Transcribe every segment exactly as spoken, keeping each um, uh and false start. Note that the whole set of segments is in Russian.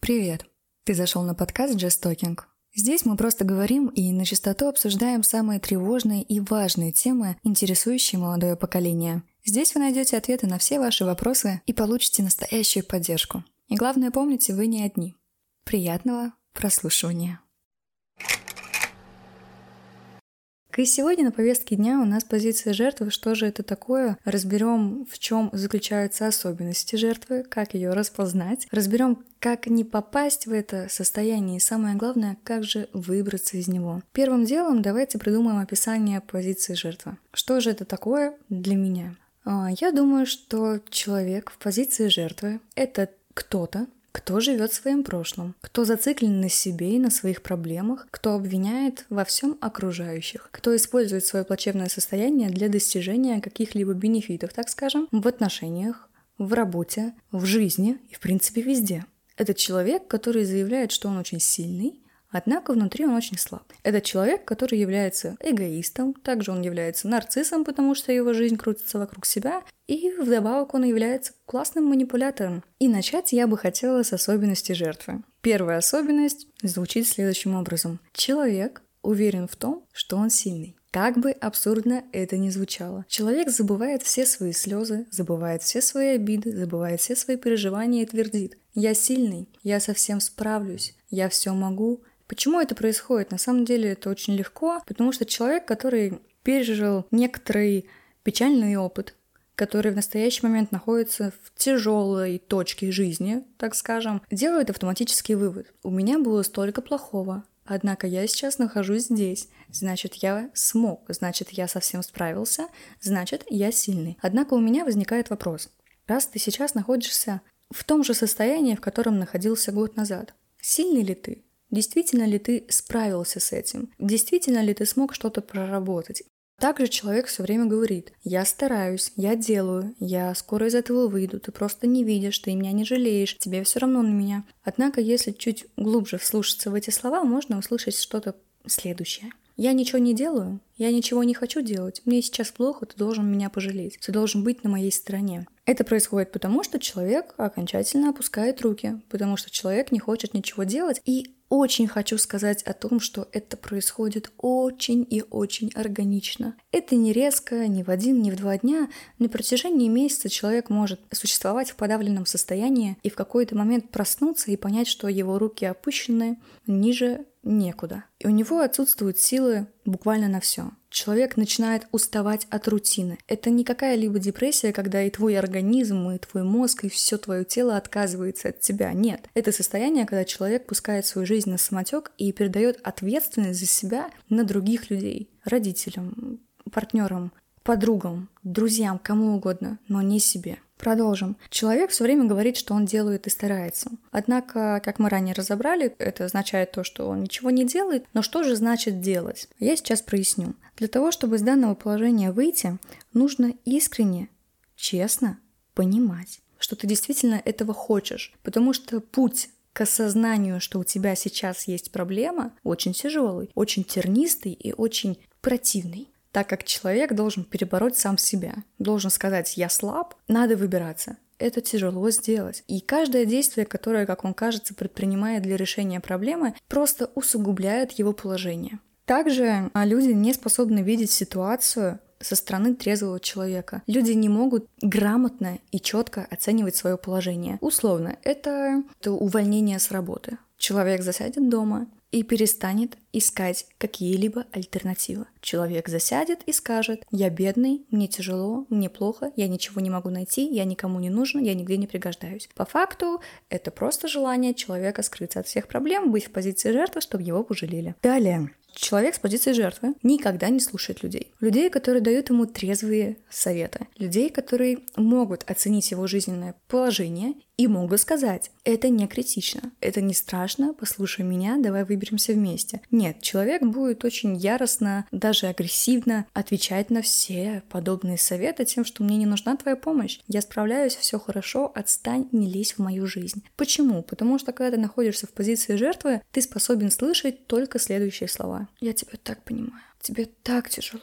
Привет! Ты зашел на подкаст Just Talking. Здесь мы просто говорим и на чистоту обсуждаем самые тревожные и важные темы, интересующие молодое поколение. Здесь вы найдете ответы на все ваши вопросы и получите настоящую поддержку. И главное, помните, вы не одни. Приятного прослушивания! И сегодня на повестке дня у нас позиция жертвы. Что же это такое? Разберем, в чем заключаются особенности жертвы, как ее распознать. Разберем, как не попасть в это состояние и, самое главное, как же выбраться из него. Первым делом давайте придумаем описание позиции жертвы. Что же это такое для меня? Я думаю, что человек в позиции жертвы — это кто-то, кто живет своим прошлым, кто зациклен на себе и на своих проблемах, кто обвиняет во всем окружающих, кто использует свое плачевное состояние для достижения каких-либо бенефитов, так скажем, в отношениях, в работе, в жизни и, в принципе, везде. Это человек, который заявляет, что он очень сильный, однако внутри он очень слаб. Это человек, который является эгоистом, также он является нарциссом, потому что его жизнь крутится вокруг себя, и вдобавок он является классным манипулятором. И начать я бы хотела с особенностей жертвы. Первая особенность звучит следующим образом. Человек уверен в том, что он сильный. Как бы абсурдно это ни звучало. Человек забывает все свои слезы, забывает все свои обиды, забывает все свои переживания и твердит: «Я сильный, я со всем справлюсь, я все могу». Почему это происходит? На самом деле это очень легко, потому что человек, который пережил некоторый печальный опыт, который в настоящий момент находится в тяжелой точке жизни, так скажем, делает автоматический вывод. У меня было столько плохого, однако я сейчас нахожусь здесь, значит, я смог, значит, я совсем справился, значит, я сильный. Однако у меня возникает вопрос. Раз ты сейчас находишься в том же состоянии, в котором находился год назад, сильный ли ты? Действительно ли ты справился с этим? Действительно ли ты смог что-то проработать? Также человек все время говорит: «Я стараюсь, я делаю, я скоро из этого выйду, ты просто не видишь, ты меня не жалеешь, тебе все равно на меня». Однако, если чуть глубже вслушаться в эти слова, можно услышать что-то следующее. «Я ничего не делаю, я ничего не хочу делать, мне сейчас плохо, ты должен меня пожалеть, ты должен быть на моей стороне». Это происходит потому, что человек окончательно опускает руки, потому что человек не хочет ничего делать. И очень хочу сказать о том, что это происходит очень и очень органично. Это не резко, ни в один, ни в два дня. На протяжении месяца человек может существовать в подавленном состоянии и в какой-то момент проснуться и понять, что его руки опущены ниже некуда. И у него отсутствуют силы буквально на все. Человек начинает уставать от рутины. Это не какая-либо депрессия, когда и твой организм, и твой мозг, и все твое тело отказывается от тебя. Нет. Это состояние, когда человек пускает свою жизнь на самотек и передает ответственность за себя на других людей. Родителям, партнерам, подругам, друзьям, кому угодно, но не себе. Продолжим. Человек все время говорит, что он делает и старается. Однако, как мы ранее разобрали, это означает то, что он ничего не делает. Но что же значит делать? Я сейчас проясню. Для того, чтобы из данного положения выйти, нужно искренне, честно понимать, что ты действительно этого хочешь. Потому что путь к осознанию, что у тебя сейчас есть проблема, очень тяжелый, очень тернистый и очень противный. Так как человек должен перебороть сам себя, должен сказать: «Я слаб», надо выбираться. Это тяжело сделать. И каждое действие, которое, как он кажется, предпринимает для решения проблемы, просто усугубляет его положение. Также люди не способны видеть ситуацию со стороны трезвого человека. Люди не могут грамотно и четко оценивать свое положение. Условно, это, это увольнение с работы. Человек засядет дома и перестанет искать какие-либо альтернативы. Человек засядет и скажет: «Я бедный, мне тяжело, мне плохо, я ничего не могу найти, я никому не нужен, я нигде не пригождаюсь». По факту, это просто желание человека скрыться от всех проблем, быть в позиции жертвы, чтобы его пожалели. Далее. Человек с позиции жертвы никогда не слушает людей. Людей, которые дают ему трезвые советы. Людей, которые могут оценить его жизненное положение и могут сказать: «Это не критично, это не страшно, послушай меня, давай выберемся вместе». Нет, человек будет очень яростно, даже агрессивно отвечать на все подобные советы тем, что «мне не нужна твоя помощь, я справляюсь, все хорошо, отстань, не лезь в мою жизнь». Почему? Потому что когда ты находишься в позиции жертвы, ты способен слышать только следующие слова. «Я тебя так понимаю, тебе так тяжело,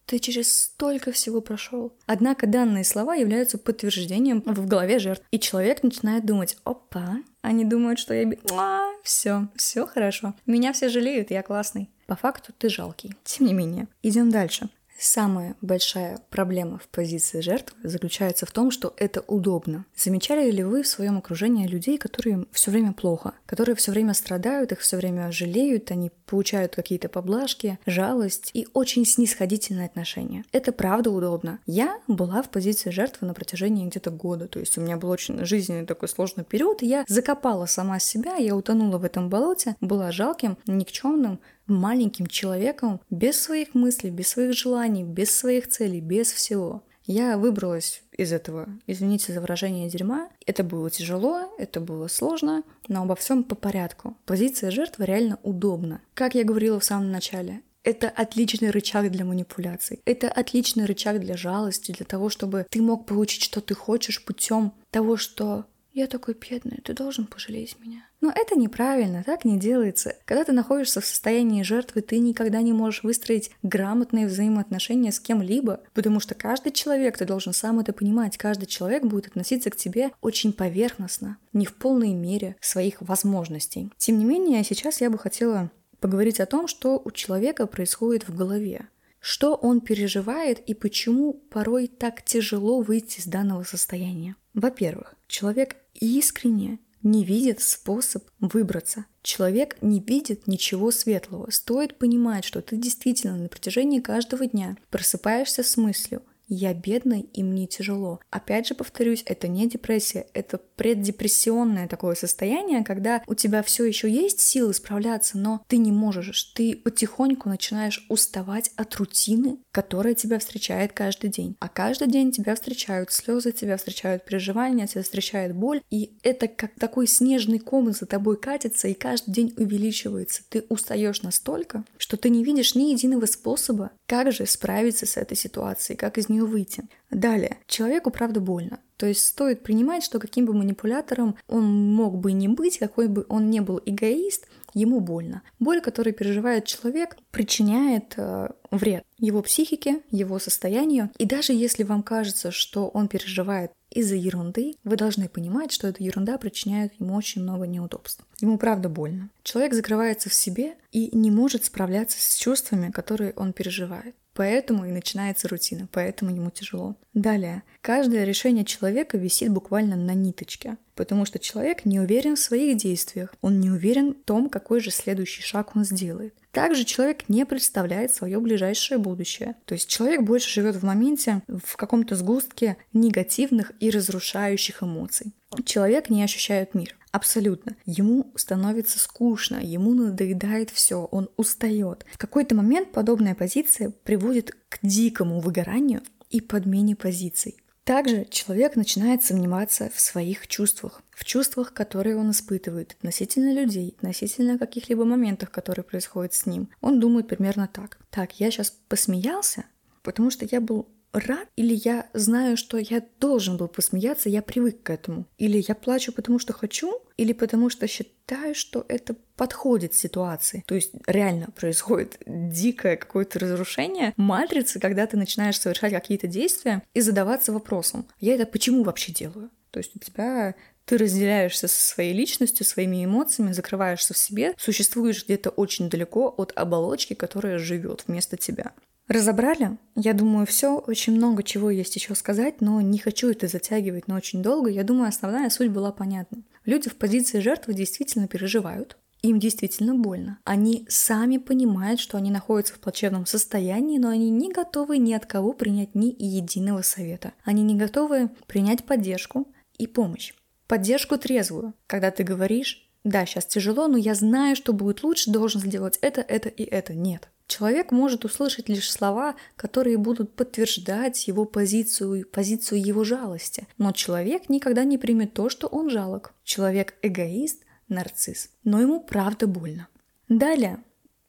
Ты через столько всего прошел. Однако данные слова являются подтверждением в голове жертв. И человек начинает думать: опа, они думают, что я... А, все, все хорошо. Меня все жалеют, я классный. По факту ты жалкий. Тем не менее, идем дальше. Самая большая проблема в позиции жертвы заключается в том, что это удобно. Замечали ли вы в своем окружении людей, которые все время плохо, которые все время страдают, их все время жалеют, они получают какие-то поблажки, жалость и очень снисходительное отношение? Это правда удобно. Я была в позиции жертвы на протяжении где-то года, то есть у меня был очень жизненный такой сложный период, и я закопала сама себя, я утонула в этом болоте, была жалким, никчемным, маленьким человеком, без своих мыслей, без своих желаний, без своих целей, без всего. Я выбралась из этого, извините за выражение, дерьма. Это было тяжело, это было сложно, но обо всем по порядку. Позиция жертвы реально удобна. Как я говорила в самом начале, это отличный рычаг для манипуляций. Это отличный рычаг для жалости, для того, чтобы ты мог получить, что ты хочешь, путем того, что я такой бедный, ты должен пожалеть меня. Но это неправильно, так не делается. Когда ты находишься в состоянии жертвы, ты никогда не можешь выстроить грамотные взаимоотношения с кем-либо, потому что каждый человек, ты должен сам это понимать, каждый человек будет относиться к тебе очень поверхностно, не в полной мере своих возможностей. Тем не менее, сейчас я бы хотела поговорить о том, что у человека происходит в голове. Что он переживает и почему порой так тяжело выйти из данного состояния. Во-первых, человек искренне не видит способ выбраться. Человек не видит ничего светлого. Стоит понимать, что ты действительно на протяжении каждого дня просыпаешься с мыслью: я бедный и мне тяжело. Опять же повторюсь, это не депрессия, это преддепрессионное такое состояние, когда у тебя все еще есть силы справляться, но ты не можешь, ты потихоньку начинаешь уставать от рутины, которая тебя встречает каждый день. А каждый день тебя встречают слезы, тебя встречают переживания, тебя встречает боль, и это как такой снежный ком за тобой катится и каждый день увеличивается. Ты устаешь настолько, что ты не видишь ни единого способа, как же справиться с этой ситуацией, как из нее выйти. Далее, человеку правда больно. То есть стоит принимать, что каким бы манипулятором он мог бы не быть, какой бы он ни был эгоист, ему больно. Боль, которую переживает человек, причиняет э, вред его психике, его состоянию. И даже если вам кажется, что он переживает из-за ерунды, вы должны понимать, что эта ерунда причиняет ему очень много неудобств. Ему правда больно. Человек закрывается в себе и не может справляться с чувствами, которые он переживает. Поэтому и начинается рутина, поэтому ему тяжело. Далее. Каждое решение человека висит буквально на ниточке, потому что человек не уверен в своих действиях, он не уверен в том, какой же следующий шаг он сделает. Также человек не представляет свое ближайшее будущее. То есть человек больше живет в моменте, в каком-то сгустке негативных и разрушающих эмоций. Человек не ощущает мир. Абсолютно. Ему становится скучно, ему надоедает все, он устает. В какой-то момент подобная позиция приводит к дикому выгоранию и подмене позиций. Также человек начинает сомневаться в своих чувствах, в чувствах, которые он испытывает относительно людей, относительно каких-либо моментов, которые происходят с ним. Он думает примерно так. Так, я сейчас посмеялся, потому что я был рад, или я знаю, что я должен был посмеяться, я привык к этому. Или я плачу, потому что хочу, или потому что считаю, что это подходит ситуации. То есть реально происходит дикое какое-то разрушение матрицы, когда ты начинаешь совершать какие-то действия и задаваться вопросом: я это почему вообще делаю? То есть у тебя... Ты разделяешься со своей личностью, своими эмоциями, закрываешься в себе, существуешь где-то очень далеко от оболочки, которая живет вместо тебя. Разобрали? Я думаю, все, очень много чего есть еще сказать, но не хочу это затягивать на очень долго. Я думаю, основная суть была понятна. Люди в позиции жертвы действительно переживают, им действительно больно. Они сами понимают, что они находятся в плачевном состоянии, но они не готовы ни от кого принять ни единого совета. Они не готовы принять поддержку и помощь. Поддержку трезвую, когда ты говоришь: да, сейчас тяжело, но я знаю, что будет лучше, должен сделать это, это и это. Нет. Человек может услышать лишь слова, которые будут подтверждать его позицию, позицию его жалости. Но человек никогда не примет то, что он жалок. Человек эгоист, нарцисс. Но ему правда больно. Далее.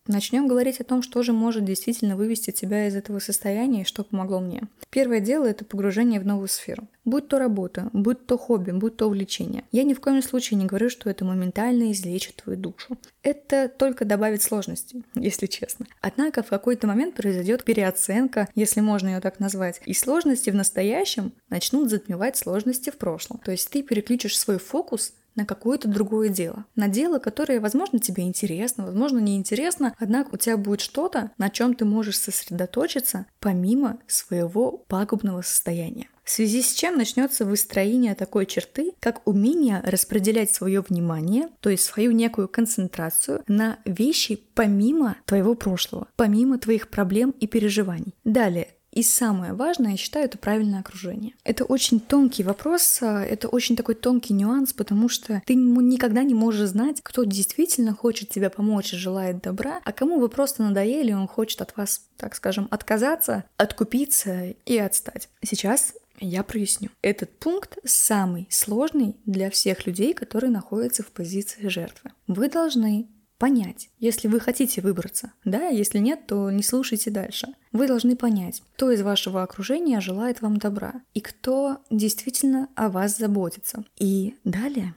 Начнем говорить о том, что же может действительно вывести тебя из этого состояния и что помогло мне. Первое дело — это погружение в новую сферу. Будь то работа, будь то хобби, будь то увлечение. Я ни в коем случае не говорю, что это моментально излечит твою душу. Это только добавит сложностей, если честно. Однако в какой-то момент произойдет переоценка, если можно ее так назвать, и сложности в настоящем начнут затмевать сложности в прошлом. То есть ты переключишь свой фокус на какое-то другое дело. На дело, которое, возможно, тебе интересно, возможно, не интересно, однако у тебя будет что-то, на чем ты можешь сосредоточиться помимо своего пагубного состояния. В связи с чем начнется выстроение такой черты, как умение распределять свое внимание, то есть свою некую концентрацию на вещи помимо твоего прошлого, помимо твоих проблем и переживаний. Далее. И самое важное, я считаю, это правильное окружение. Это очень тонкий вопрос, это очень такой тонкий нюанс, потому что ты никогда не можешь знать, кто действительно хочет тебе помочь и желает добра, а кому вы просто надоели, он хочет от вас, так скажем, отказаться, откупиться и отстать. Сейчас я проясню. Этот пункт самый сложный для всех людей, которые находятся в позиции жертвы. Вы должны понять, если вы хотите выбраться, да, если нет, то не слушайте дальше. Вы должны понять, кто из вашего окружения желает вам добра и кто действительно о вас заботится. И далее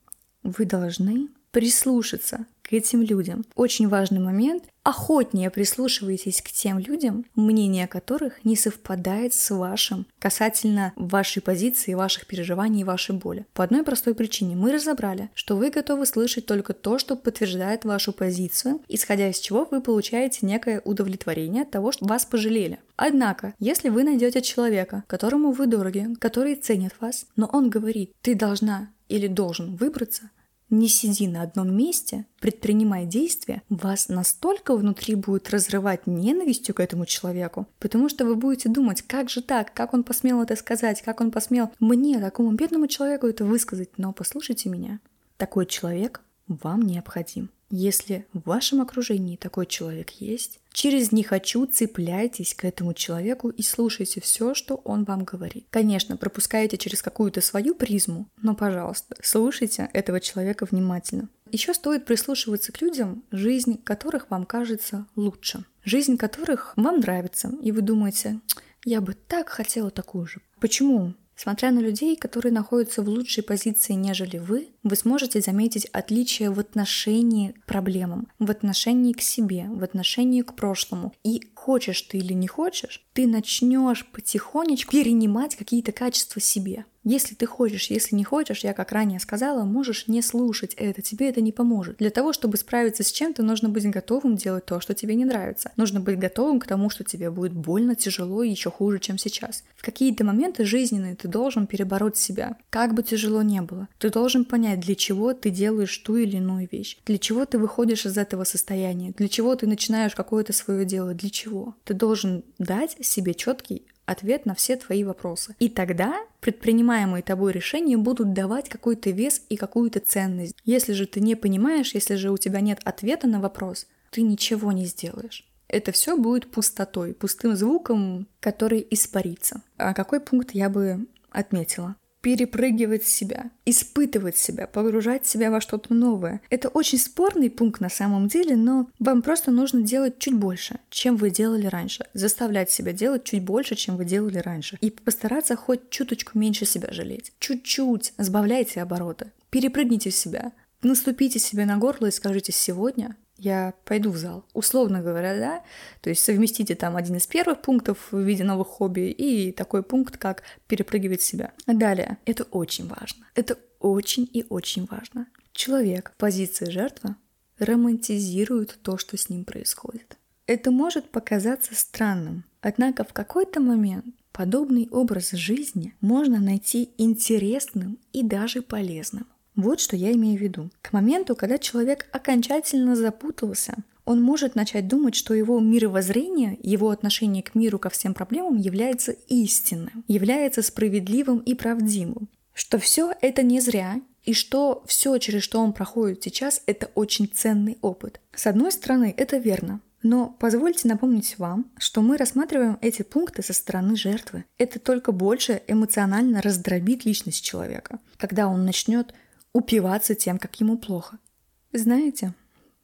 вы должны прислушаться к этим людям. Очень важный момент. Охотнее прислушивайтесь к тем людям, мнение которых не совпадает с вашим касательно вашей позиции, ваших переживаний и вашей боли. По одной простой причине. Мы разобрали, что вы готовы слышать только то, что подтверждает вашу позицию, исходя из чего вы получаете некое удовлетворение от того, что вас пожалели. Однако, если вы найдете человека, которому вы дороги, который ценит вас, но он говорит: ты должна или должен выбраться, не сиди на одном месте, предпринимай действия, вас настолько внутри будет разрывать ненавистью к этому человеку, потому что вы будете думать, как же так, как он посмел это сказать, как он посмел мне, такому бедному человеку, это высказать. Но послушайте меня, такой человек вам необходим. Если в вашем окружении такой человек есть, через «не хочу» цепляйтесь к этому человеку и слушайте все, что он вам говорит. Конечно, пропускайте через какую-то свою призму, но, пожалуйста, слушайте этого человека внимательно. Еще стоит прислушиваться к людям, жизнь которых вам кажется лучше, жизнь которых вам нравится, и вы думаете: я бы так хотела такую же. Почему? Смотря на людей, которые находятся в лучшей позиции, нежели вы, вы сможете заметить отличия в отношении к проблемам, в отношении к себе, в отношении к прошлому. И хочешь ты или не хочешь, ты начнешь потихонечку перенимать какие-то качества себе. Если ты хочешь, если не хочешь, я, как ранее сказала, можешь не слушать это, тебе это не поможет. Для того, чтобы справиться с чем-то, нужно быть готовым делать то, что тебе не нравится. Нужно быть готовым к тому, что тебе будет больно, тяжело и еще хуже, чем сейчас. В какие-то моменты жизненные ты должен перебороть себя. Как бы тяжело ни было, ты должен понять, для чего ты делаешь ту или иную вещь, для чего ты выходишь из этого состояния, для чего ты начинаешь какое-то свое дело, для чего. Ты должен дать себе четкий ответ на все твои вопросы. И тогда предпринимаемые тобой решения будут давать какой-то вес и какую-то ценность. Если же ты не понимаешь, если же у тебя нет ответа на вопрос, ты ничего не сделаешь. Это все будет пустотой, пустым звуком, который испарится. А какой пункт я бы отметила? Перепрыгивать себя, испытывать себя, погружать себя во что-то новое. Это очень спорный пункт на самом деле, но вам просто нужно делать чуть больше, чем вы делали раньше. Заставлять себя делать чуть больше, чем вы делали раньше. И постараться хоть чуточку меньше себя жалеть. Чуть-чуть сбавляйте обороты. Перепрыгните в себя. Наступите себе на горло и скажите: сегодня я пойду в зал. Условно говоря, да? То есть совместите там один из первых пунктов в виде новых хобби и такой пункт, как перепрыгивать себя. Далее. Это очень важно. Это очень и очень важно. Человек в позиции жертвы романтизирует то, что с ним происходит. Это может показаться странным, однако в какой-то момент подобный образ жизни можно найти интересным и даже полезным. Вот что я имею в виду. К моменту, когда человек окончательно запутался, он может начать думать, что его мировоззрение, его отношение к миру, ко всем проблемам является истинным, является справедливым и правдивым, что все это не зря, и что все, через что он проходит сейчас, это очень ценный опыт. С одной стороны, это верно. Но позвольте напомнить вам, что мы рассматриваем эти пункты со стороны жертвы. Это только больше эмоционально раздробит личность человека, когда он начнет упиваться тем, как ему плохо. Знаете,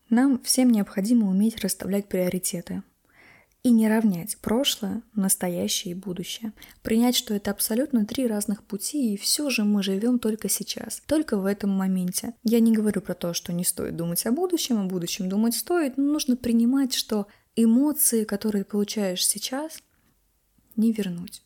Нам всем необходимо уметь расставлять приоритеты и не равнять прошлое, настоящее и будущее. Принять, что это абсолютно три разных пути, и все же мы живем только сейчас, только в этом моменте. Я не говорю про то, что не стоит думать о будущем, о будущем думать стоит, но нужно принимать, что эмоции, которые получаешь сейчас, не вернуть.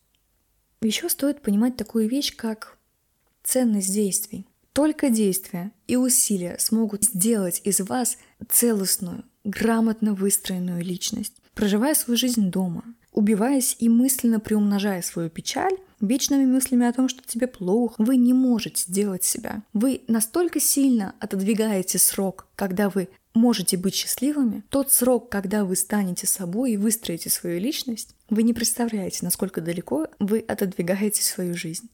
Еще стоит понимать такую вещь, как ценность действий. Только действия и усилия смогут сделать из вас целостную, грамотно выстроенную личность. Проживая свою жизнь дома, убиваясь и мысленно приумножая свою печаль, вечными мыслями о том, что тебе плохо, вы не можете сделать себя. Вы настолько сильно отодвигаете срок, когда вы можете быть счастливыми, тот срок, когда вы станете собой и выстроите свою личность, вы не представляете, насколько далеко вы отодвигаете свою жизнь.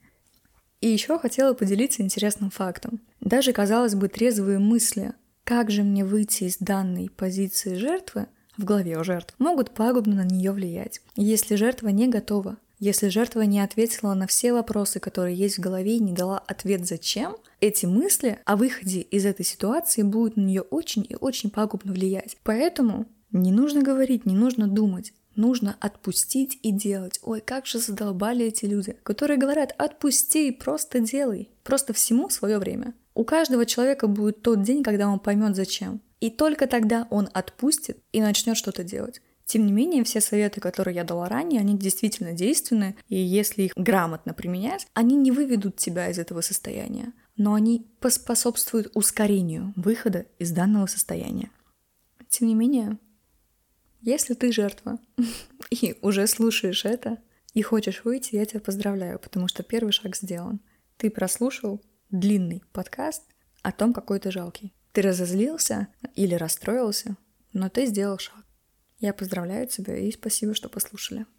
И еще хотела поделиться интересным фактом. Даже, казалось бы, трезвые мысли, как же мне выйти из данной позиции жертвы, в голове у жертв, могут пагубно на нее влиять. Если жертва не готова, если жертва не ответила на все вопросы, которые есть в голове, и не дала ответ «зачем?», эти мысли о выходе из этой ситуации будут на нее очень и очень пагубно влиять. Поэтому не нужно говорить, не нужно думать. Нужно отпустить и делать. Ой, как же задолбали эти люди, которые говорят «отпусти, просто делай». Просто всему свое время. У каждого человека будет тот день, когда он поймет зачем. И только тогда он отпустит и начнет что-то делать. Тем не менее, все советы, которые я дала ранее, они действительно действенны, и если их грамотно применять, они не выведут тебя из этого состояния, но они поспособствуют ускорению выхода из данного состояния. Тем не менее, если ты жертва и уже слушаешь это, и хочешь выйти, я тебя поздравляю, потому что первый шаг сделан. Ты прослушал длинный подкаст о том, какой ты жалкий. Ты разозлился или расстроился, но ты сделал шаг. Я поздравляю тебя и спасибо, что послушали.